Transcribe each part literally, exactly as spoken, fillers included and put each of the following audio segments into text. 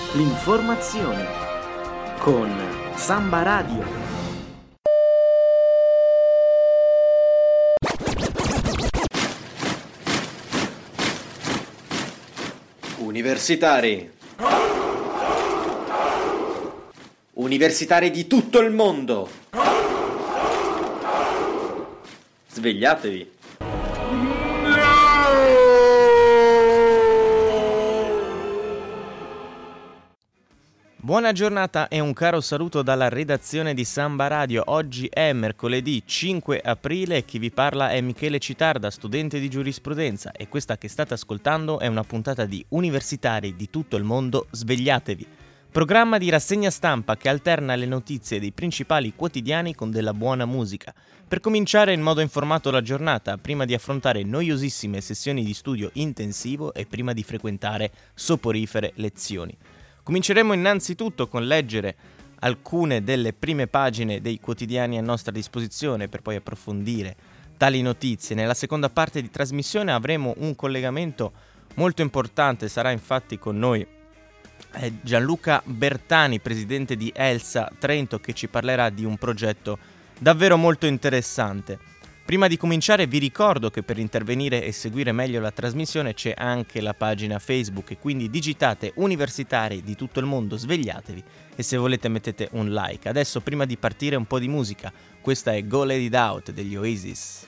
l'informazione con Samba Radio. Universitari. Universitari di tutto il mondo. Svegliatevi. Buona giornata e un caro saluto dalla redazione di Samba Radio. Oggi è mercoledì cinque aprile e chi vi parla è Michele Citarda, studente di giurisprudenza, e questa che state ascoltando è una puntata di Universitari di tutto il mondo, svegliatevi. Programma di rassegna stampa che alterna le notizie dei principali quotidiani con della buona musica. Per cominciare in modo informato la giornata, prima di affrontare noiosissime sessioni di studio intensivo e prima di frequentare soporifere lezioni. Cominceremo innanzitutto con leggere alcune delle prime pagine dei quotidiani a nostra disposizione per poi approfondire tali notizie. Nella seconda parte di trasmissione avremo un collegamento molto importante, sarà infatti con noi Gianluca Bertani, presidente di ELSA Trento, che ci parlerà di un progetto davvero molto interessante. Prima di cominciare vi ricordo che per intervenire e seguire meglio la trasmissione c'è anche la pagina Facebook e quindi digitate Universitari di tutto il mondo, svegliatevi e se volete mettete un like. Adesso prima di partire un po' di musica, questa è Go Let It Out degli Oasis.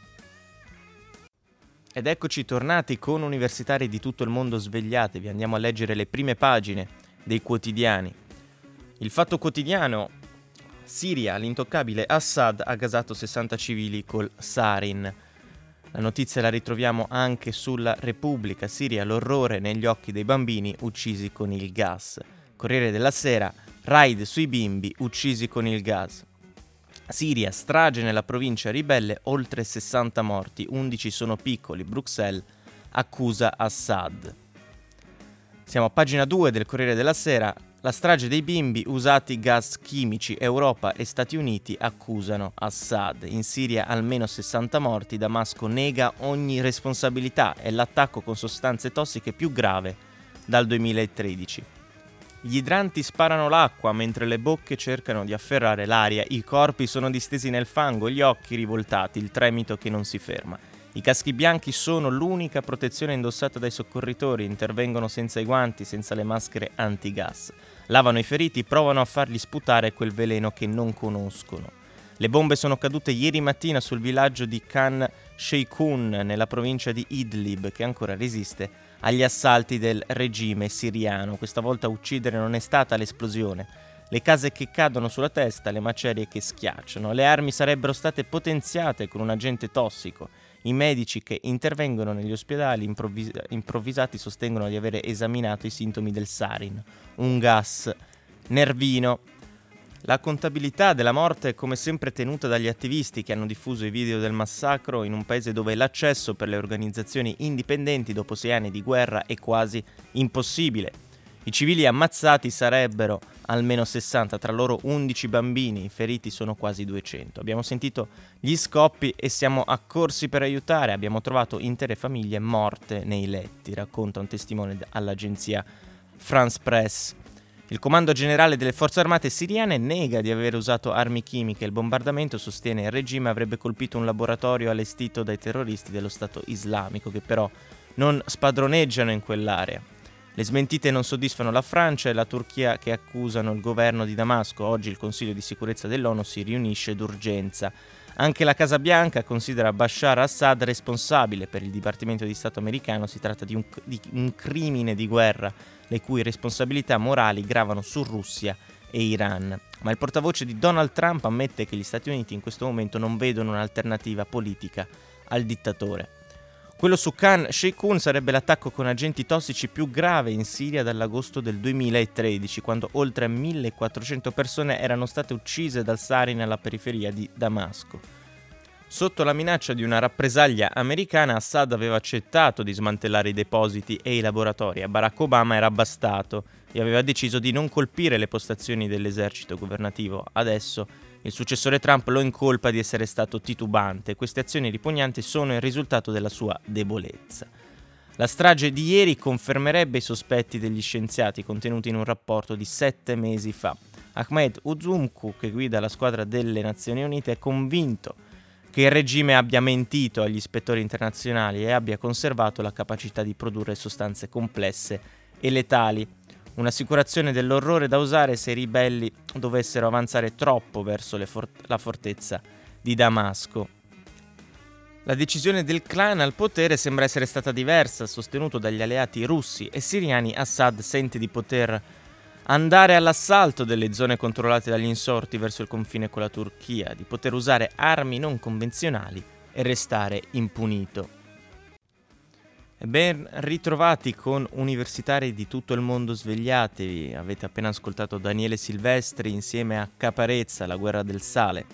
Ed eccoci tornati con Universitari di tutto il mondo, svegliatevi, andiamo a leggere le prime pagine dei quotidiani. Il Fatto Quotidiano: Siria, l'intoccabile Assad ha gasato sessanta civili col sarin. La notizia la ritroviamo anche sulla Repubblica. Siria, l'orrore negli occhi dei bambini uccisi con il gas. Corriere della Sera, raid sui bimbi uccisi con il gas. Siria, strage nella provincia ribelle, oltre sessanta morti, undici sono piccoli. Bruxelles accusa Assad. Siamo a pagina due del Corriere della Sera. La strage dei bimbi, usati gas chimici, Europa e Stati Uniti accusano Assad. In Siria almeno sessanta morti, Damasco nega ogni responsabilità, è l'attacco con sostanze tossiche più grave dal duemilatredici. Gli idranti sparano l'acqua mentre le bocche cercano di afferrare l'aria, i corpi sono distesi nel fango, gli occhi rivoltati, il tremito che non si ferma. I caschi bianchi sono l'unica protezione indossata dai soccorritori, intervengono senza i guanti, senza le maschere antigas. Lavano i feriti, provano a fargli sputare quel veleno che non conoscono. Le bombe sono cadute ieri mattina sul villaggio di Khan Sheikhoun, nella provincia di Idlib, che ancora resiste agli assalti del regime siriano. Questa volta a uccidere non è stata l'esplosione. Le case che cadono sulla testa, le macerie che schiacciano. Le armi sarebbero state potenziate con un agente tossico. I medici che intervengono negli ospedali improvvis- improvvisati sostengono di avere esaminato i sintomi del sarin, un gas nervino. La contabilità della morte è come sempre tenuta dagli attivisti che hanno diffuso i video del massacro in un paese dove l'accesso per le organizzazioni indipendenti dopo sei anni di guerra è quasi impossibile. I civili ammazzati sarebbero almeno sessanta, tra loro undici bambini, i feriti sono quasi duecento. Abbiamo sentito gli scoppi e siamo accorsi per aiutare, abbiamo trovato intere famiglie morte nei letti, racconta un testimone all'agenzia France Press. Il comando generale delle forze armate siriane nega di aver usato armi chimiche, il bombardamento, sostiene, il regime avrebbe colpito un laboratorio allestito dai terroristi dello Stato islamico che però non spadroneggiano in quell'area. Le smentite non soddisfano la Francia e la Turchia che accusano il governo di Damasco. Oggi il Consiglio di sicurezza dell'ONU si riunisce d'urgenza. Anche la Casa Bianca considera Bashar Assad responsabile. Per il Dipartimento di Stato americano si tratta di un, di un crimine di guerra, le cui responsabilità morali gravano su Russia e Iran. Ma il portavoce di Donald Trump ammette che gli Stati Uniti in questo momento non vedono un'alternativa politica al dittatore. Quello su Khan Sheikhoun sarebbe l'attacco con agenti tossici più grave in Siria dall'agosto del duemilatredici, quando oltre millequattrocento persone erano state uccise dal sarin alla periferia di Damasco. Sotto la minaccia di una rappresaglia americana, Assad aveva accettato di smantellare i depositi e i laboratori. A Barack Obama era bastato e aveva deciso di non colpire le postazioni dell'esercito governativo. Adesso il successore Trump lo incolpa di essere stato titubante. Queste azioni ripugnanti sono il risultato della sua debolezza. La strage di ieri confermerebbe i sospetti degli scienziati contenuti in un rapporto di sette mesi fa. Ahmed Uzumcu, che guida la squadra delle Nazioni Unite, è convinto che il regime abbia mentito agli ispettori internazionali e abbia conservato la capacità di produrre sostanze complesse e letali. Un'assicurazione dell'orrore da usare se i ribelli dovessero avanzare troppo verso le for- la fortezza di Damasco. La decisione del clan al potere sembra essere stata diversa. Sostenuto dagli alleati russi e siriani, Assad sente di poter andare all'assalto delle zone controllate dagli insorti verso il confine con la Turchia, di poter usare armi non convenzionali e restare impunito. E ben ritrovati con universitari di tutto il mondo, svegliatevi. Avete appena ascoltato Daniele Silvestri insieme a Caparezza, La guerra del sale.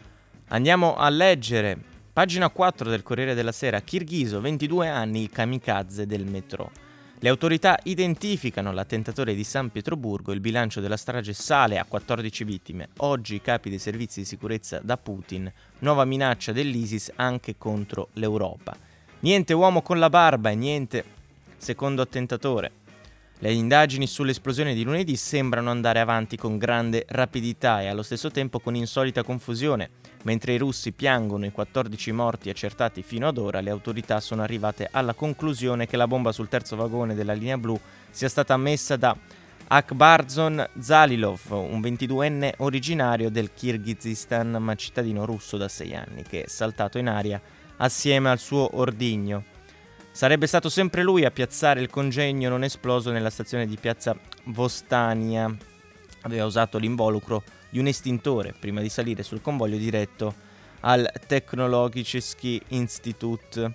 Andiamo a leggere pagina quattro del Corriere della Sera. Kirghiso, ventidue anni, il kamikaze del metro. Le autorità identificano l'attentatore di San Pietroburgo, il bilancio della strage sale a quattordici vittime. Oggi i capi dei servizi di sicurezza da Putin, nuova minaccia dell'ISIS anche contro l'Europa. Niente uomo con la barba e niente secondo attentatore. Le indagini sull'esplosione di lunedì sembrano andare avanti con grande rapidità e allo stesso tempo con insolita confusione. Mentre i russi piangono i quattordici morti accertati fino ad ora, le autorità sono arrivate alla conclusione che la bomba sul terzo vagone della linea blu sia stata messa da Akbarzon Zalilov, un ventiduenne originario del Kirghizistan ma cittadino russo da sei anni, che è saltato in aria assieme al suo ordigno. Sarebbe stato sempre lui a piazzare il congegno non esploso nella stazione di piazza Vostania. Aveva usato l'involucro di un estintore prima di salire sul convoglio diretto al Technologichesky Institut.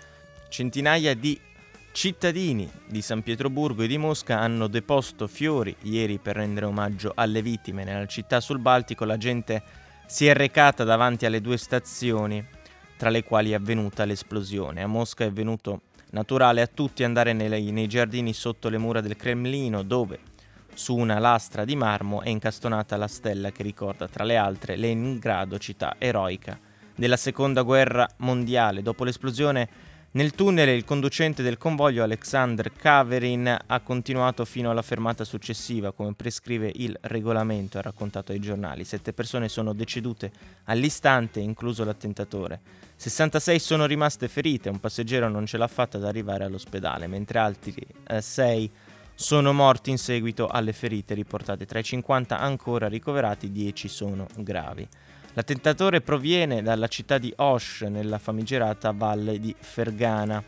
Centinaia di cittadini di San Pietroburgo e di Mosca hanno deposto fiori ieri per rendere omaggio alle vittime. Nella città sul Baltico la gente si è recata davanti alle due stazioni tra le quali è avvenuta l'esplosione. A Mosca è venuto naturale a tutti andare nei, nei giardini sotto le mura del Cremlino, dove su una lastra di marmo è incastonata la stella che ricorda, tra le altre, Leningrado, città eroica della seconda guerra mondiale. Dopo l'esplosione nel tunnel, il conducente del convoglio, Alexander Kaverin, ha continuato fino alla fermata successiva, come prescrive il regolamento, ha raccontato ai giornali. Sette persone sono decedute all'istante, incluso l'attentatore. sessantasei sono rimaste ferite, un passeggero non ce l'ha fatta ad arrivare all'ospedale, mentre altri eh, sei sono morti in seguito alle ferite riportate. Tra i cinquanta ancora ricoverati, dieci sono gravi. L'attentatore proviene dalla città di Osh, nella famigerata valle di Fergana,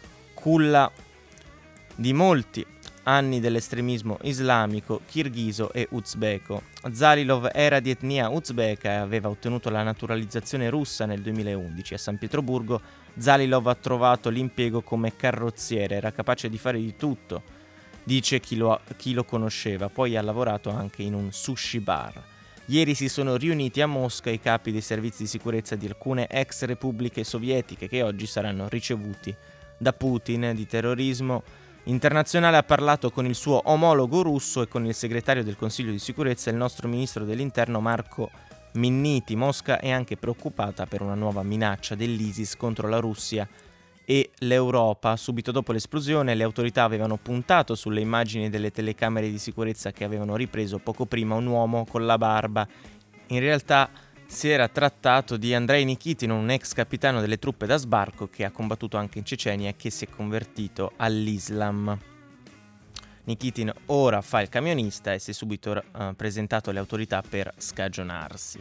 culla di molti anni dell'estremismo islamico kirghizo e uzbeko. Zalilov era di etnia uzbeka e aveva ottenuto la naturalizzazione russa nel duemilaundici. A San Pietroburgo Zalilov ha trovato l'impiego come carrozziere, era capace di fare di tutto, dice chi lo, chi lo conosceva. Poi ha lavorato anche in un sushi bar. Ieri si sono riuniti a Mosca i capi dei servizi di sicurezza di alcune ex repubbliche sovietiche che oggi saranno ricevuti da Putin. Di terrorismo internazionale ha parlato con il suo omologo russo e con il segretario del Consiglio di sicurezza, il nostro ministro dell'interno Marco Minniti. Mosca è anche preoccupata per una nuova minaccia dell'ISIS contro la Russia e l'Europa. Subito dopo l'esplosione le autorità avevano puntato sulle immagini delle telecamere di sicurezza che avevano ripreso poco prima un uomo con la barba. In realtà si era trattato di Andrei Nikitin, un ex capitano delle truppe da sbarco che ha combattuto anche in Cecenia e che si è convertito all'Islam. Nikitin ora fa il camionista e si è subito uh, presentato alle autorità per scagionarsi.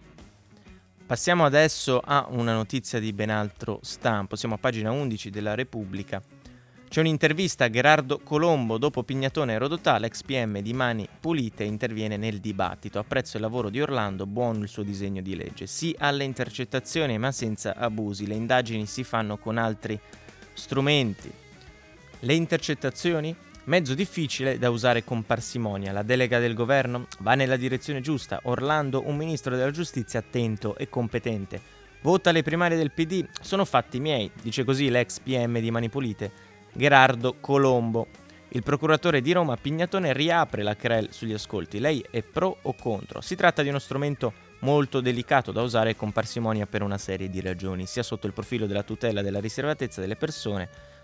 Passiamo adesso a una notizia di ben altro stampo. Siamo a pagina undici della Repubblica. C'è un'intervista a Gherardo Colombo. Dopo Pignatone e Rodotà, l'ex P M di Mani Pulite interviene nel dibattito. Apprezzo il lavoro di Orlando, buono il suo disegno di legge. Sì alle intercettazioni, ma senza abusi. Le indagini si fanno con altri strumenti. Le intercettazioni? Mezzo difficile da usare con parsimonia. La delega del governo va nella direzione giusta. Orlando, un ministro della giustizia attento e competente. Vota le primarie del P D, sono fatti miei, dice così l'ex P M di Mani Pulite, Gherardo Colombo. Il procuratore di Roma Pignatone riapre la querela sugli ascolti. Lei è pro o contro? Si tratta di uno strumento molto delicato da usare con parsimonia per una serie di ragioni, sia sotto il profilo della tutela della riservatezza delle persone,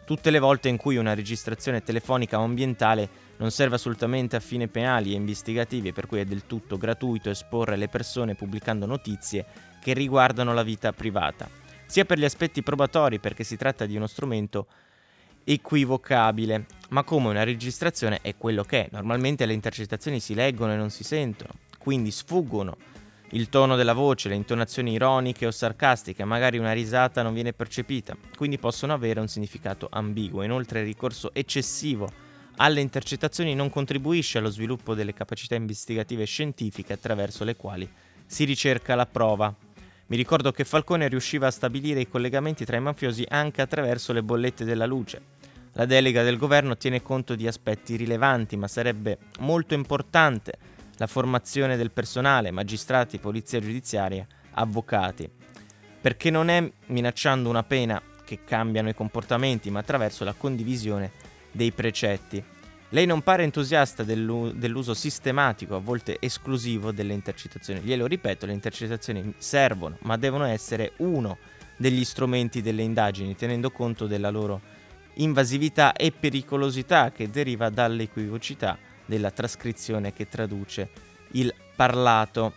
tutte le volte in cui una registrazione telefonica o ambientale non serve assolutamente a fini penali e investigativi, per cui è del tutto gratuito esporre le persone pubblicando notizie che riguardano la vita privata, sia per gli aspetti probatori perché si tratta di uno strumento equivocabile, ma come una registrazione è quello che è. Normalmente le intercettazioni si leggono e non si sentono, quindi sfuggono il tono della voce, le intonazioni ironiche o sarcastiche, magari una risata non viene percepita, quindi possono avere un significato ambiguo. Inoltre il ricorso eccessivo alle intercettazioni non contribuisce allo sviluppo delle capacità investigative e scientifiche attraverso le quali si ricerca la prova. Mi ricordo che Falcone riusciva a stabilire i collegamenti tra i mafiosi anche attraverso le bollette della luce. La delega del governo tiene conto di aspetti rilevanti, ma sarebbe molto importante la formazione del personale, magistrati, polizia giudiziaria, avvocati, perché non è minacciando una pena che cambiano i comportamenti, ma attraverso la condivisione dei precetti. Lei non pare entusiasta dell'u- dell'uso sistematico, a volte esclusivo, delle intercettazioni. Glielo ripeto, le intercettazioni servono, ma devono essere uno degli strumenti delle indagini, tenendo conto della loro invasività e pericolosità che deriva dall'equivocità della trascrizione che traduce il parlato.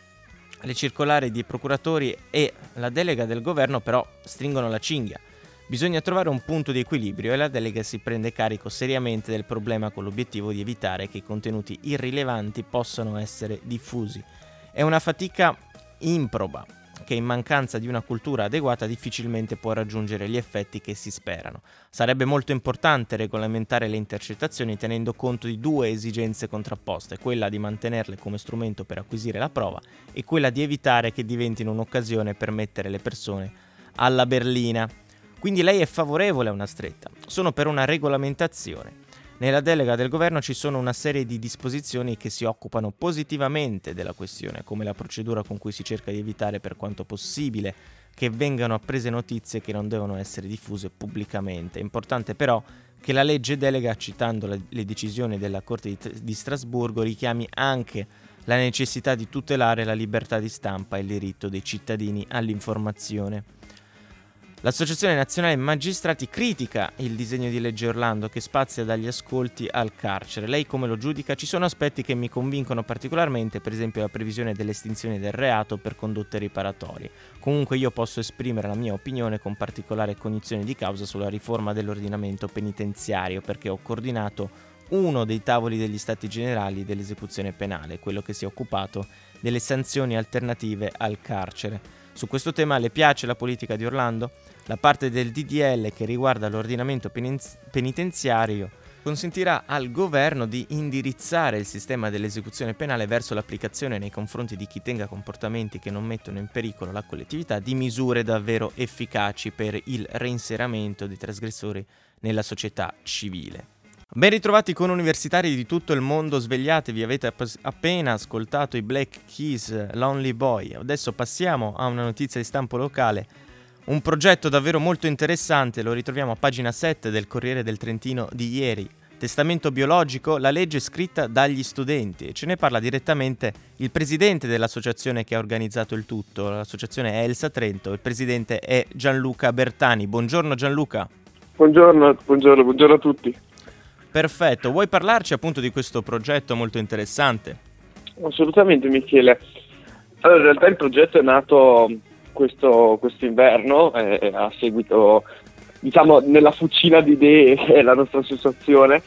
Le circolari di procuratori e la delega del governo però stringono la cinghia. Bisogna trovare un punto di equilibrio e la delega si prende carico seriamente del problema con l'obiettivo di evitare che i contenuti irrilevanti possano essere diffusi. È una fatica improba che in mancanza di una cultura adeguata difficilmente può raggiungere gli effetti che si sperano. Sarebbe molto importante regolamentare le intercettazioni tenendo conto di due esigenze contrapposte, quella di mantenerle come strumento per acquisire la prova e quella di evitare che diventino un'occasione per mettere le persone alla berlina. Quindi lei è favorevole a una stretta, sono per una regolamentazione. Nella delega del governo ci sono una serie di disposizioni che si occupano positivamente della questione, come la procedura con cui si cerca di evitare per quanto possibile che vengano apprese notizie che non devono essere diffuse pubblicamente. È importante però che la legge delega, citando la, le decisioni della Corte di, di Strasburgo, richiami anche la necessità di tutelare la libertà di stampa e il diritto dei cittadini all'informazione. L'Associazione Nazionale Magistrati critica il disegno di legge Orlando che spazia dagli ascolti al carcere. Lei come lo giudica? Ci sono aspetti che mi convincono particolarmente, per esempio la previsione dell'estinzione del reato per condotte riparatorie. Comunque io posso esprimere la mia opinione con particolare cognizione di causa sulla riforma dell'ordinamento penitenziario, perché ho coordinato uno dei tavoli degli Stati Generali dell'esecuzione penale, quello che si è occupato delle sanzioni alternative al carcere. Su questo tema le piace la politica di Orlando? La parte del D D L che riguarda l'ordinamento penitenziario consentirà al governo di indirizzare il sistema dell'esecuzione penale verso l'applicazione nei confronti di chi tenga comportamenti che non mettono in pericolo la collettività di misure davvero efficaci per il reinserimento dei trasgressori nella società civile. Ben ritrovati con universitari di tutto il mondo, svegliatevi, avete app- appena ascoltato i Black Keys, Lonely Boy. Adesso passiamo a una notizia di stampo locale, un progetto davvero molto interessante, lo ritroviamo a pagina sette del Corriere del Trentino di ieri. Testamento biologico, la legge scritta dagli studenti, e ce ne parla direttamente il presidente dell'associazione che ha organizzato il tutto. L'associazione è Elsa Trento, il presidente è Gianluca Bertani. Buongiorno Gianluca. Buongiorno, buongiorno, buongiorno a tutti. Perfetto, vuoi parlarci appunto di questo progetto molto interessante? Assolutamente Michele. Allora, in realtà il progetto è nato questo quest'inverno eh, a seguito, diciamo, nella fucina di idee che è la nostra associazione,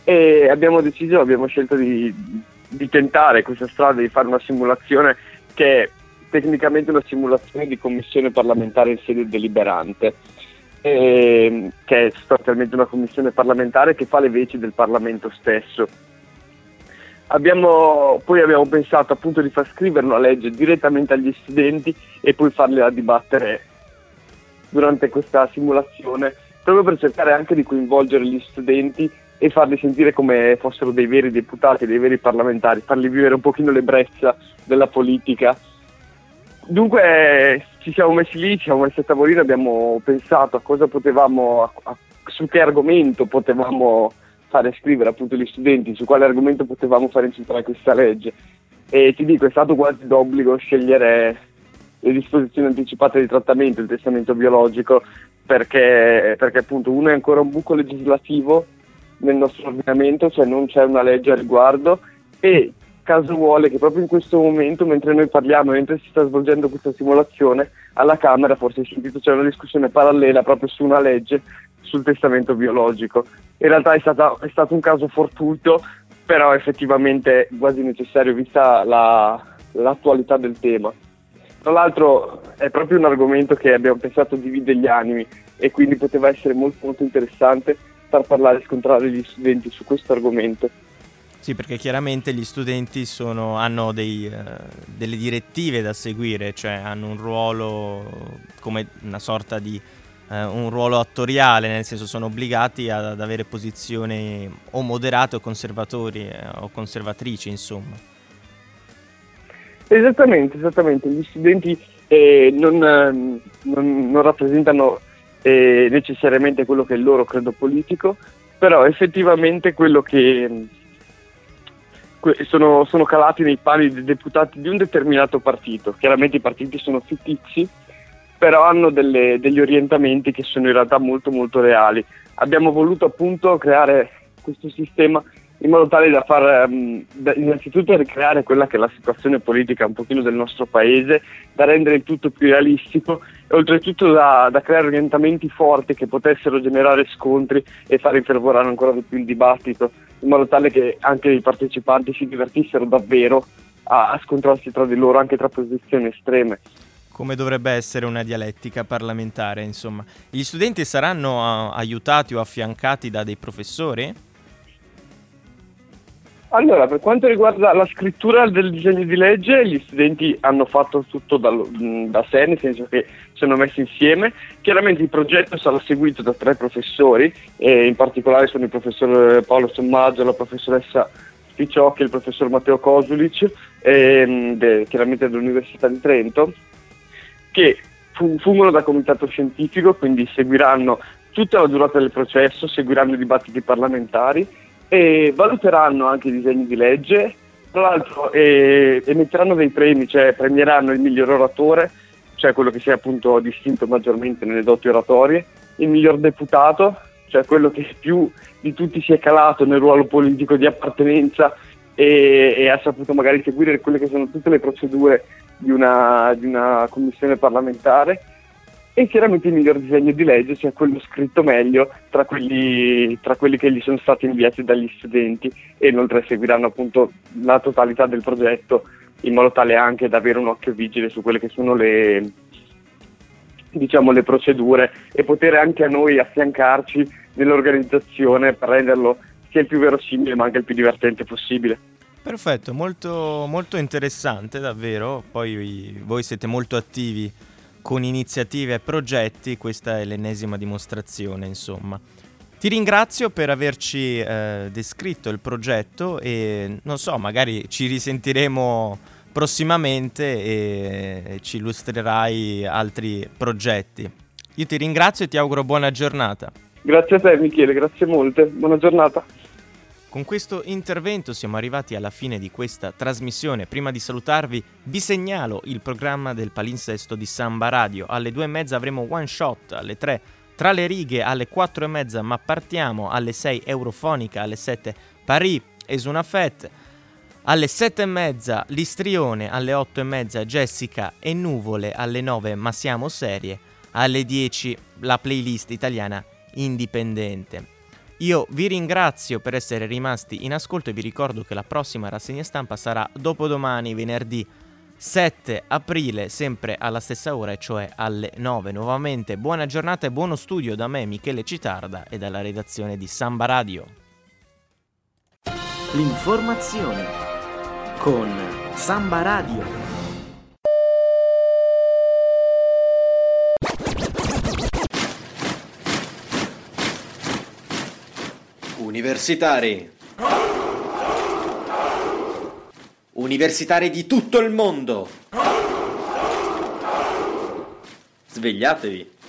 e abbiamo deciso, abbiamo scelto di, di tentare questa strada, di fare una simulazione che è tecnicamente una simulazione di commissione parlamentare in sede deliberante. Eh, che è sostanzialmente una commissione parlamentare che fa le veci del Parlamento stesso. Abbiamo, poi abbiamo pensato appunto di far scrivere una legge direttamente agli studenti e poi farla dibattere durante questa simulazione, proprio per cercare anche di coinvolgere gli studenti e farli sentire come fossero dei veri deputati, dei veri parlamentari, farli vivere un pochino l'ebbrezza della politica. Dunque ci siamo messi lì, ci siamo messi a tavolino, abbiamo pensato a cosa potevamo, a, a, su che argomento potevamo fare scrivere appunto gli studenti, su quale argomento potevamo fare incentrare questa legge. E ti dico, è stato quasi d'obbligo scegliere le disposizioni anticipate di trattamento, il testamento biologico, perché, perché appunto uno è ancora un buco legislativo nel nostro ordinamento, cioè non c'è una legge a riguardo, e caso vuole che proprio in questo momento, mentre noi parliamo, mentre si sta svolgendo questa simulazione, alla Camera, forse hai sentito, c'è una discussione parallela proprio su una legge sul testamento biologico. In realtà è, stata, è stato un caso fortuito, però effettivamente quasi necessario vista la, l'attualità del tema. Tra l'altro è proprio un argomento che abbiamo pensato divide gli animi, e quindi poteva essere molto molto interessante far parlare e scontrare gli studenti su questo argomento. Sì, perché chiaramente gli studenti sono, hanno dei, uh, delle direttive da seguire, cioè hanno un ruolo come una sorta di uh, un ruolo attoriale, nel senso sono obbligati ad, ad avere posizioni o moderate o conservatori eh, o conservatrici, insomma. Esattamente, esattamente. Gli studenti eh, non, non, non rappresentano eh, necessariamente quello che è il loro credo politico, però effettivamente quello che Sono, sono calati nei panni dei deputati di un determinato partito. Chiaramente i partiti sono fittizi, però hanno delle, degli orientamenti che sono in realtà molto molto reali. Abbiamo voluto appunto creare questo sistema in modo tale da far um, da, innanzitutto ricreare quella che è la situazione politica un pochino del nostro paese, da rendere il tutto più realistico e oltretutto da, da creare orientamenti forti che potessero generare scontri e far infervorare ancora di più il dibattito, in modo tale che anche i partecipanti si divertissero davvero a, a scontrarsi tra di loro anche tra posizioni estreme. Come dovrebbe essere una dialettica parlamentare, insomma. Gli studenti saranno uh, aiutati o affiancati da dei professori? Allora, per quanto riguarda la scrittura del disegno di legge, gli studenti hanno fatto tutto da, da sé, nel senso che si sono messi insieme. Chiaramente il progetto sarà seguito da tre professori, e in particolare sono il professor Paolo Sommaggio, la professoressa Spicciocchi e il professor Matteo Kosulic, ehm, de, chiaramente dell'Università di Trento, che fu, fungono da comitato scientifico, quindi seguiranno tutta la durata del processo, seguiranno i dibattiti parlamentari e valuteranno anche i disegni di legge. Tra l'altro eh, emetteranno dei premi, cioè premieranno il miglior oratore, cioè quello che si è appunto distinto maggiormente nelle doti oratorie, il miglior deputato, cioè quello che più di tutti si è calato nel ruolo politico di appartenenza e, e ha saputo magari seguire quelle che sono tutte le procedure di una, di una commissione parlamentare, e chiaramente il miglior disegno di legge, cioè quello scritto meglio tra quelli, tra quelli che gli sono stati inviati dagli studenti, e inoltre seguiranno appunto la totalità del progetto in modo tale anche da avere un occhio vigile su quelle che sono le, diciamo, le procedure, e poter anche a noi affiancarci nell'organizzazione per renderlo sia il più verosimile ma anche il più divertente possibile. Perfetto, molto, molto interessante davvero. Poi voi siete molto attivi con iniziative e progetti, questa è l'ennesima dimostrazione, insomma. Ti ringrazio per averci eh, descritto il progetto e non so, magari ci risentiremo prossimamente e ci illustrerai altri progetti. Io ti ringrazio e ti auguro buona giornata. Grazie a te Michele, grazie molte, buona giornata. Con questo intervento siamo arrivati alla fine di questa trasmissione. Prima di salutarvi vi segnalo il programma del palinsesto di Samba Radio. Alle due e mezza avremo One Shot, alle tre Tra le righe, alle quattro e mezza Ma partiamo, alle sei Eurofonica, alle sette Paris e Sunafet, alle sette e mezza L'istrione, alle otto e mezza Jessica e Nuvole, alle nove Ma siamo serie, alle dieci la playlist italiana indipendente. Io vi ringrazio per essere rimasti in ascolto e vi ricordo che la prossima rassegna stampa sarà dopodomani, venerdì sette aprile, sempre alla stessa ora, e cioè alle nove. Nuovamente buona giornata e buono studio da me, Michele Citarda, e dalla redazione di Samba Radio. L'informazione con Samba Radio. Universitari. Universitari di tutto il mondo. Svegliatevi.